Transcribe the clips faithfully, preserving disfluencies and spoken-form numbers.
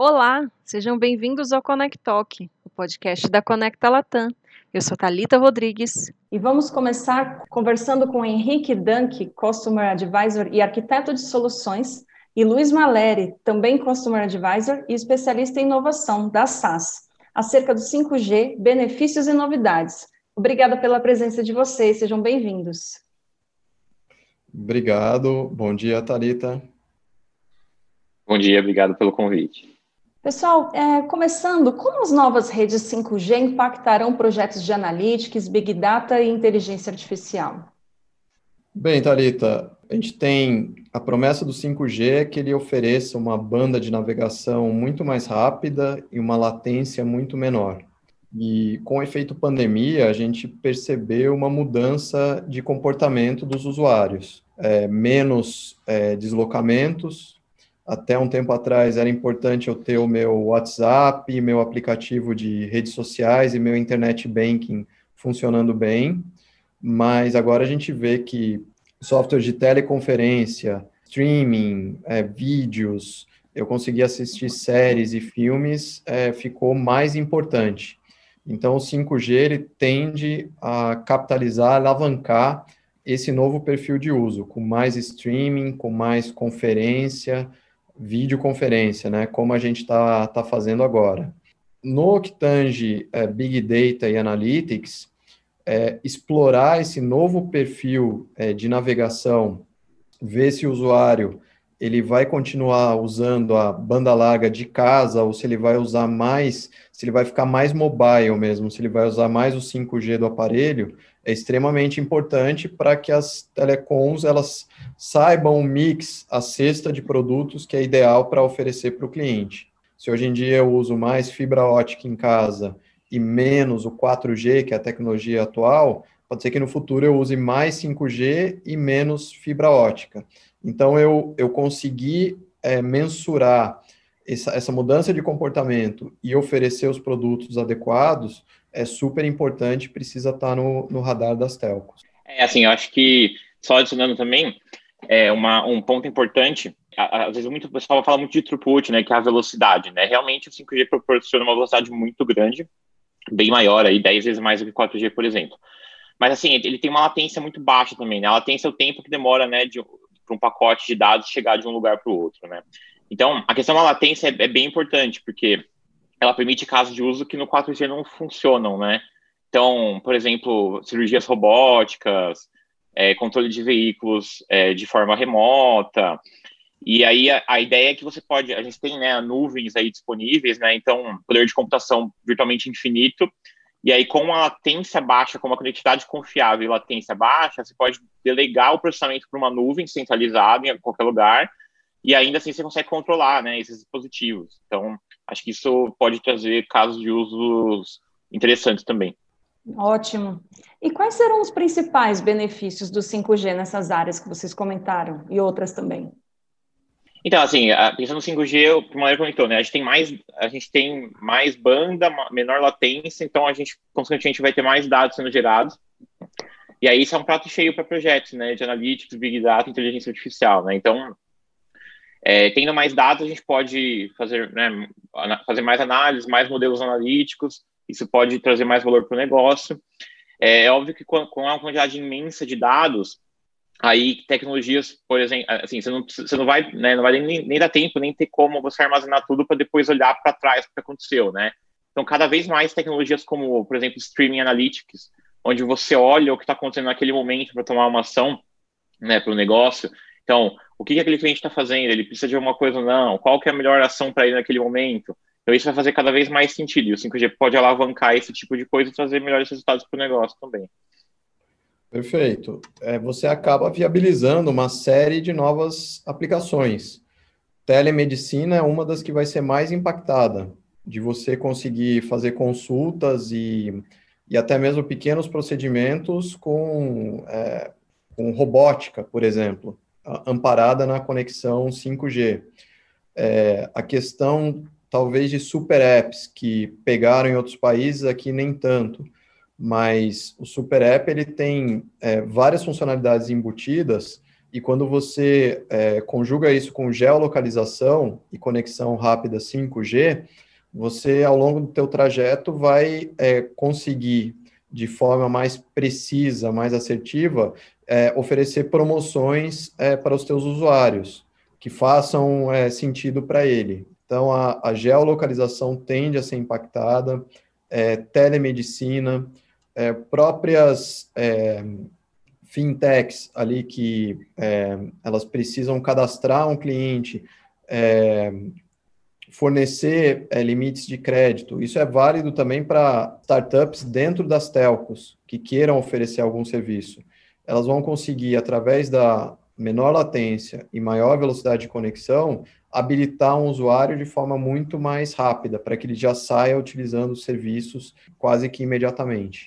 Olá, sejam bem-vindos ao Conect Talk, o podcast da Conecta Latam. Eu sou Thalita Rodrigues. E vamos começar conversando com Henrique Danke, Customer Advisor e arquiteto de soluções, e Luiz Maleri, também Customer Advisor e especialista em inovação da S A S, acerca do cinco G, benefícios e novidades. Obrigada pela presença de vocês, sejam bem-vindos. Obrigado, bom dia, Thalita. Bom dia, obrigado pelo convite. Pessoal, é, começando, como as novas redes cinco G impactarão projetos de analytics, Big Data e inteligência artificial? Bem, Thalita, a gente tem a promessa do cinco G é que ele ofereça uma banda de navegação muito mais rápida e uma latência muito menor. E com o efeito pandemia, a gente percebeu uma mudança de comportamento dos usuários. É, menos é, deslocamentos. Até um tempo atrás era importante eu ter o meu WhatsApp, meu aplicativo de redes sociais e meu internet banking funcionando bem, mas agora a gente vê que software de teleconferência, streaming, é, vídeos, eu consegui assistir séries e filmes, é, ficou mais importante. Então o cinco G ele tende a capitalizar, alavancar esse novo perfil de uso, com mais streaming, com mais conferência, videoconferência, né, como a gente está tá fazendo agora. No que tange é, Big Data e Analytics, é, explorar esse novo perfil é, de navegação, ver se o usuário ele vai continuar usando a banda larga de casa ou se ele vai usar mais, se ele vai ficar mais mobile mesmo, se ele vai usar mais o cinco G do aparelho, é extremamente importante para que as telecoms elas saibam o mix, a cesta de produtos que é ideal para oferecer para o cliente. Se hoje em dia eu uso mais fibra ótica em casa e menos o quatro G, que é a tecnologia atual, pode ser que no futuro eu use mais cinco G e menos fibra ótica. Então, eu, eu consegui é, mensurar essa, essa mudança de comportamento e oferecer os produtos adequados é super importante, precisa estar no, no radar das telcos. É, assim, eu acho que, só adicionando também, é uma, um ponto importante, às vezes muito, o pessoal fala muito de throughput, né, que é a velocidade, né, realmente o cinco G proporciona uma velocidade muito grande, bem maior, aí, dez vezes mais do que o quatro G, por exemplo. Mas, assim, ele tem uma latência muito baixa também, né, a latência é o tempo que demora, né, de para um pacote de dados chegar de um lugar para o outro, né? Então, a questão da latência é, é bem importante, porque ela permite casos de uso que no quatro G não funcionam, né? Então, por exemplo, cirurgias robóticas, é, controle de veículos é, de forma remota, e aí a, a ideia é que você pode, a gente tem, né, nuvens aí disponíveis, né? Então, poder de computação virtualmente infinito. E aí, com a latência baixa, com uma conectividade confiável e latência baixa, você pode delegar o processamento para uma nuvem centralizada em qualquer lugar, e ainda assim você consegue controlar, né, esses dispositivos. Então, acho que isso pode trazer casos de usos interessantes também. Ótimo. E quais serão os principais benefícios do cinco G nessas áreas que vocês comentaram, e outras também? Então, assim, pensando no cinco G, o Mauro comentou, né? A gente tem mais, a gente tem mais banda, menor latência, então a gente, consequentemente, vai ter mais dados sendo gerados. E aí isso é um prato cheio para projetos, né? De analytics, Big Data, inteligência artificial, né? Então, é, tendo mais dados, a gente pode fazer, né, fazer mais análises, mais modelos analíticos, isso pode trazer mais valor para o negócio. É, é óbvio que com, com uma quantidade imensa de dados, aí tecnologias, por exemplo, assim, você não, você não vai, né, não vai nem, nem dar tempo, nem ter como você armazenar tudo para depois olhar para trás o que aconteceu, né? Então, cada vez mais tecnologias como, por exemplo, Streaming Analytics, onde você olha o que está acontecendo naquele momento para tomar uma ação, né, para o negócio. Então, o que, que aquele cliente está fazendo? Ele precisa de alguma coisa ou não? Qual que é a melhor ação para ele naquele momento? Então, isso vai fazer cada vez mais sentido. E o cinco G pode alavancar esse tipo de coisa e trazer melhores resultados para o negócio também. Perfeito. É, você acaba viabilizando uma série de novas aplicações. Telemedicina é uma das que vai ser mais impactada, de você conseguir fazer consultas e, e até mesmo pequenos procedimentos com, é, com robótica, por exemplo, amparada na conexão cinco G. É, a questão, talvez, de super apps que pegaram em outros países, aqui nem tanto. Mas o Super App ele tem é, várias funcionalidades embutidas E quando você é, conjuga isso com geolocalização e conexão rápida cinco G, você, ao longo do teu trajeto, vai é, conseguir, de forma mais precisa, mais assertiva, é, oferecer promoções é, para os teus usuários, que façam é, sentido para ele. Então, a, a geolocalização tende a ser impactada, é, telemedicina, é, próprias é, fintechs ali que é, elas precisam cadastrar um cliente, é, fornecer é, limites de crédito. Isso é válido também para startups dentro das telcos que queiram oferecer algum serviço. Elas vão conseguir, através da menor latência e maior velocidade de conexão, habilitar um usuário de forma muito mais rápida, para que ele já saia utilizando os serviços quase que imediatamente.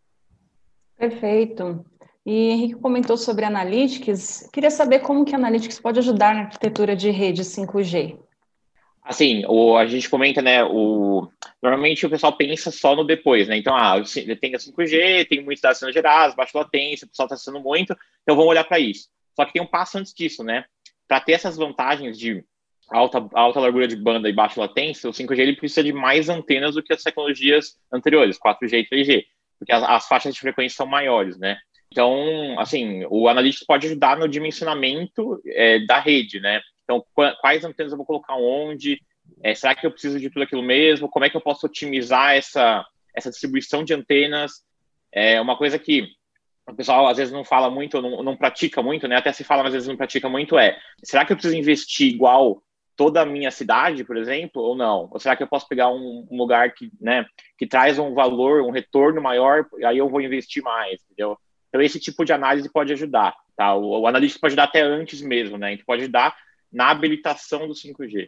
Perfeito. E Henrique comentou sobre Analytics. Queria saber como que a Analytics pode ajudar na arquitetura de rede cinco G. Assim, o, a gente comenta, né, o, normalmente o pessoal pensa só no depois, né, então, ah, eu tenho a cinco G, tem muitos dados sendo gerados, baixa latência, o pessoal está acessando muito, então vamos olhar para isso. Só que tem um passo antes disso, né, para ter essas vantagens de alta, alta largura de banda e baixa latência, o cinco G ele precisa de mais antenas do que as tecnologias anteriores, quatro G e três G, porque as, as faixas de frequência são maiores, né. Então, assim, o Analytics pode ajudar no dimensionamento é, da rede, né. Então, quais antenas eu vou colocar onde? É, será que eu preciso de tudo aquilo mesmo? Como é que eu posso otimizar essa, essa distribuição de antenas? É uma coisa que o pessoal às vezes não fala muito, não, não pratica muito, né? Até se fala, mas às vezes não pratica muito, é, será que eu preciso investir igual toda a minha cidade, por exemplo, ou não? Ou será que eu posso pegar um, um lugar que, né, que traz um valor, um retorno maior, e aí eu vou investir mais, entendeu? Então, esse tipo de análise pode ajudar, tá? O, o analista pode ajudar até antes mesmo, né? A gente pode ajudar na habilitação do cinco G.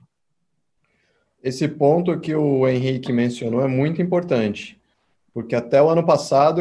Esse ponto que o Henrique mencionou é muito importante, porque até o ano passado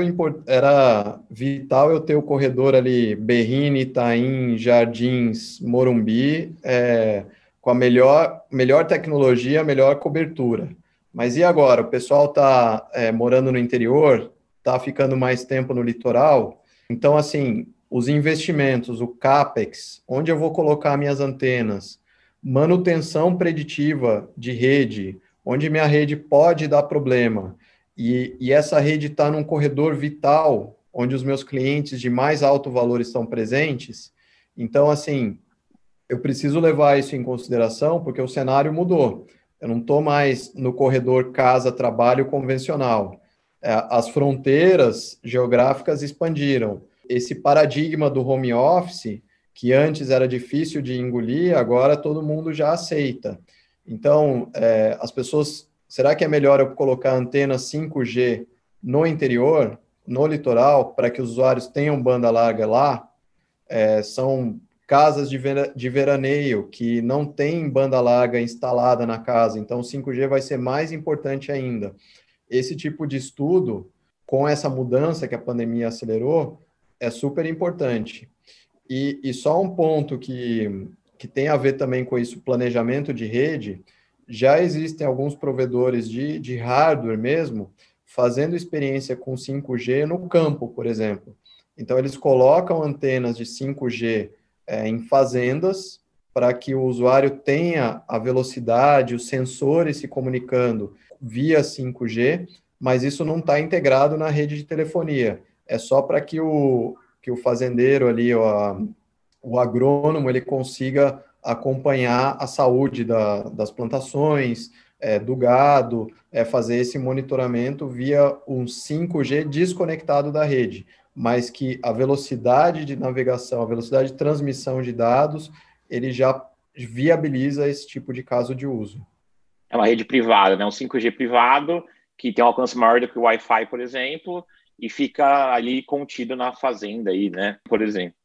era vital eu ter o corredor ali Berrini, Itaim, Jardins, Morumbi, é, com a melhor, melhor tecnologia, melhor cobertura. Mas e agora? O pessoal está é, morando no interior, está ficando mais tempo no litoral, então, assim, os investimentos, o CAPEX, onde eu vou colocar minhas antenas, manutenção preditiva de rede, onde minha rede pode dar problema, e, e essa rede está num corredor vital, onde os meus clientes de mais alto valor estão presentes, então, assim, eu preciso levar isso em consideração, porque o cenário mudou. Eu não estou mais no corredor casa-trabalho convencional. As fronteiras geográficas expandiram. Esse paradigma do home office, que antes era difícil de engolir, agora todo mundo já aceita. Então, é, as pessoas, será que é melhor eu colocar antena cinco G no interior, no litoral, para que os usuários tenham banda larga lá? É, são casas de, vera, de veraneio que não tem banda larga instalada na casa, então o cinco G vai ser mais importante ainda. Esse tipo de estudo, com essa mudança que a pandemia acelerou, é super importante. E, e só um ponto que, que tem a ver também com isso, planejamento de rede, já existem alguns provedores de, de hardware mesmo, fazendo experiência com cinco G no campo, por exemplo. Então, eles colocam antenas de cinco G é, em fazendas, para que o usuário tenha a velocidade, os sensores se comunicando via cinco G, mas isso não está integrado na rede de telefonia. É só para que o, que o fazendeiro ali, o, a, o agrônomo, ele consiga acompanhar a saúde da, das plantações, é, do gado, é, fazer esse monitoramento via um cinco G desconectado da rede, mas que a velocidade de navegação, a velocidade de transmissão de dados, ele já viabiliza esse tipo de caso de uso. É uma rede privada, né? Um cinco G privado, que tem um alcance maior do que o Wi-Fi, por exemplo, e fica ali contido na fazenda aí, né? Por exemplo.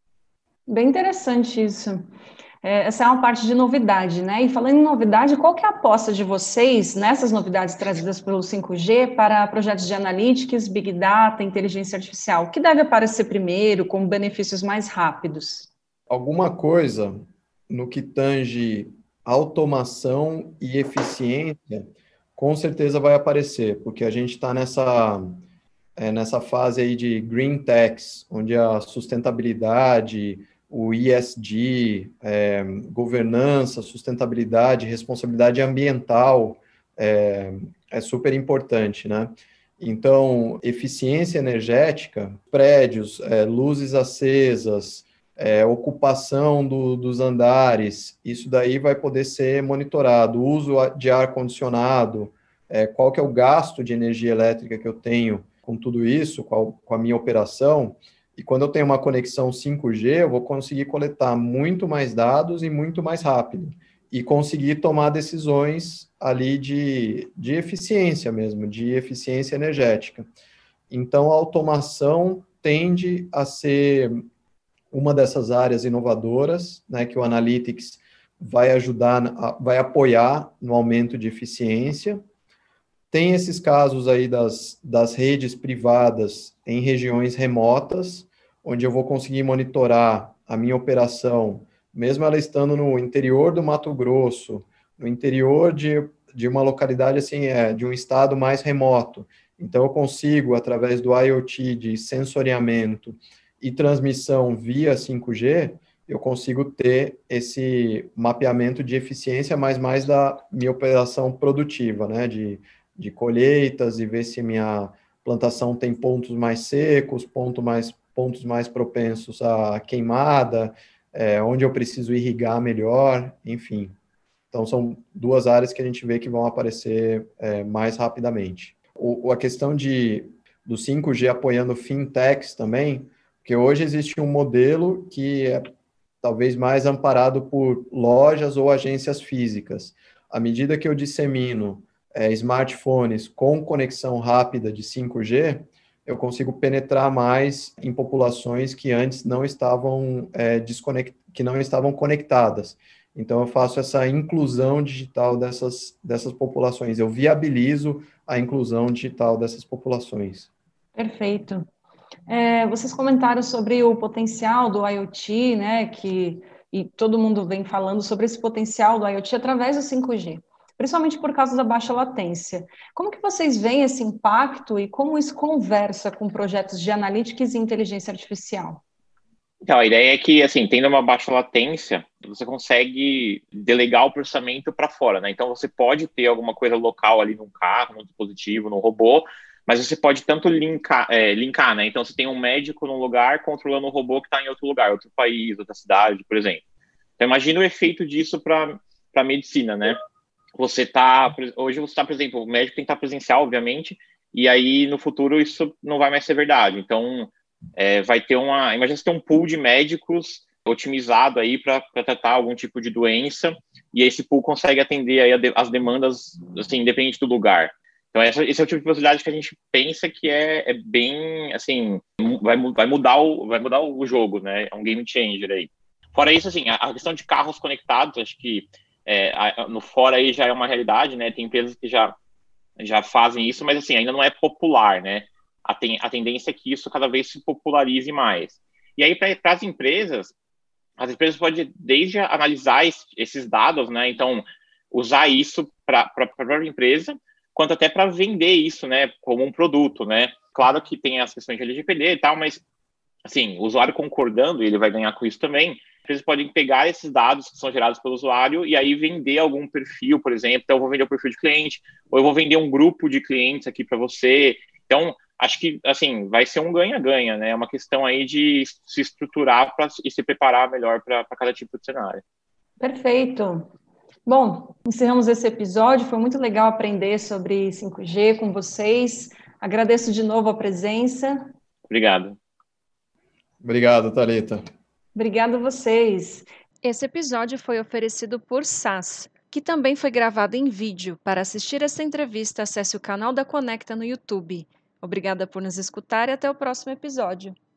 Bem interessante isso. É, essa é uma parte de novidade, né? E falando em novidade, qual que é a aposta de vocês nessas novidades trazidas pelo cinco G para projetos de analytics, big data, inteligência artificial? O que deve aparecer primeiro, com benefícios mais rápidos? Alguma coisa no que tange automação e eficiência, com certeza vai aparecer, porque a gente está nessa, é, nessa fase aí de green techs, onde a sustentabilidade, o E S G, é, governança, sustentabilidade, responsabilidade ambiental, é, é super importante, né? Então, eficiência energética, prédios, é, luzes acesas, é, ocupação do, dos andares, isso daí vai poder ser monitorado, uso de ar-condicionado, é, qual que é o gasto de energia elétrica que eu tenho com tudo isso, com a, com a minha operação. E quando eu tenho uma conexão cinco G, eu vou conseguir coletar muito mais dados e muito mais rápido. E conseguir tomar decisões ali de, de eficiência mesmo, de eficiência energética. Então, a automação tende a ser uma dessas áreas inovadoras, né, que o Analytics vai ajudar, vai apoiar no aumento de eficiência. Tem esses casos aí das, das redes privadas em regiões remotas, onde eu vou conseguir monitorar a minha operação, mesmo ela estando no interior do Mato Grosso, no interior de, de uma localidade assim, é, de um estado mais remoto. Então, eu consigo, através do IoT de sensoriamento e transmissão via cinco G, eu consigo ter esse mapeamento de eficiência, mas mais da minha operação produtiva, né, de de colheitas e ver se minha plantação tem pontos mais secos, ponto mais, pontos mais propensos à queimada, é, onde eu preciso irrigar melhor, enfim. Então, são duas áreas que a gente vê que vão aparecer é, mais rapidamente. O, a questão de, do cinco G apoiando fintechs também, porque hoje existe um modelo que é talvez mais amparado por lojas ou agências físicas. À medida que eu dissemino É, smartphones com conexão rápida de cinco G, eu consigo penetrar mais em populações que antes não estavam, é, desconect... que não estavam conectadas. Então, eu faço essa inclusão digital dessas, dessas populações, eu viabilizo a inclusão digital dessas populações. Perfeito. É, vocês comentaram sobre o potencial do IoT, né, que, e todo mundo vem falando sobre esse potencial do IoT através do cinco G. Principalmente por causa da baixa latência. Como que vocês veem esse impacto e como isso conversa com projetos de analytics e inteligência artificial? Então, a ideia é que, assim, tendo uma baixa latência, você consegue delegar o processamento para fora, né? Então, você pode ter alguma coisa local ali num carro, num dispositivo, num robô, mas você pode tanto linkar, é, linkar, né? Então, você tem um médico num lugar controlando um robô que está em outro lugar, outro país, outra cidade, por exemplo. Então, imagina o efeito disso para a medicina, né? Você tá, hoje você está, por exemplo, o médico tem que estar presencial, obviamente, e aí no futuro isso não vai mais ser verdade. Então, é, vai ter uma, imagina você ter um pool de médicos otimizado aí para tratar algum tipo de doença, e esse pool consegue atender aí de, as demandas, assim, independente do lugar. Então, essa, esse é o tipo de possibilidade que a gente pensa que é, é bem, assim, vai, vai, mudar o, vai mudar o jogo, né? É um game changer aí. Fora isso, assim, a, a questão de carros conectados, acho que É, no fora aí já é uma realidade, né? Tem empresas que já, já fazem isso, mas assim, ainda não é popular, né? A, ten, a tendência é que isso cada vez se popularize mais. E aí, para as empresas, as empresas podem desde analisar es, esses dados, né? Então, usar isso para a própria empresa, quanto até para vender isso, né? Como um produto, né? Claro que tem as questões de L G P D e tal, mas assim, o usuário concordando, ele vai ganhar com isso também. Eles podem pegar esses dados que são gerados pelo usuário e aí vender algum perfil, por exemplo. Então, eu vou vender o perfil de cliente, ou eu vou vender um grupo de clientes aqui para você. Então, acho que, assim, vai ser um ganha-ganha, né? É uma questão aí de se estruturar pra, e se preparar melhor para cada tipo de cenário. Perfeito. Bom, encerramos esse episódio. Foi muito legal aprender sobre cinco G com vocês. Agradeço de novo a presença. Obrigado. Obrigado, Thalita. Obrigado a vocês. Esse episódio foi oferecido por S A S, que também foi gravado em vídeo. Para assistir essa entrevista, acesse o canal da Conecta no YouTube. Obrigada por nos escutar e até o próximo episódio.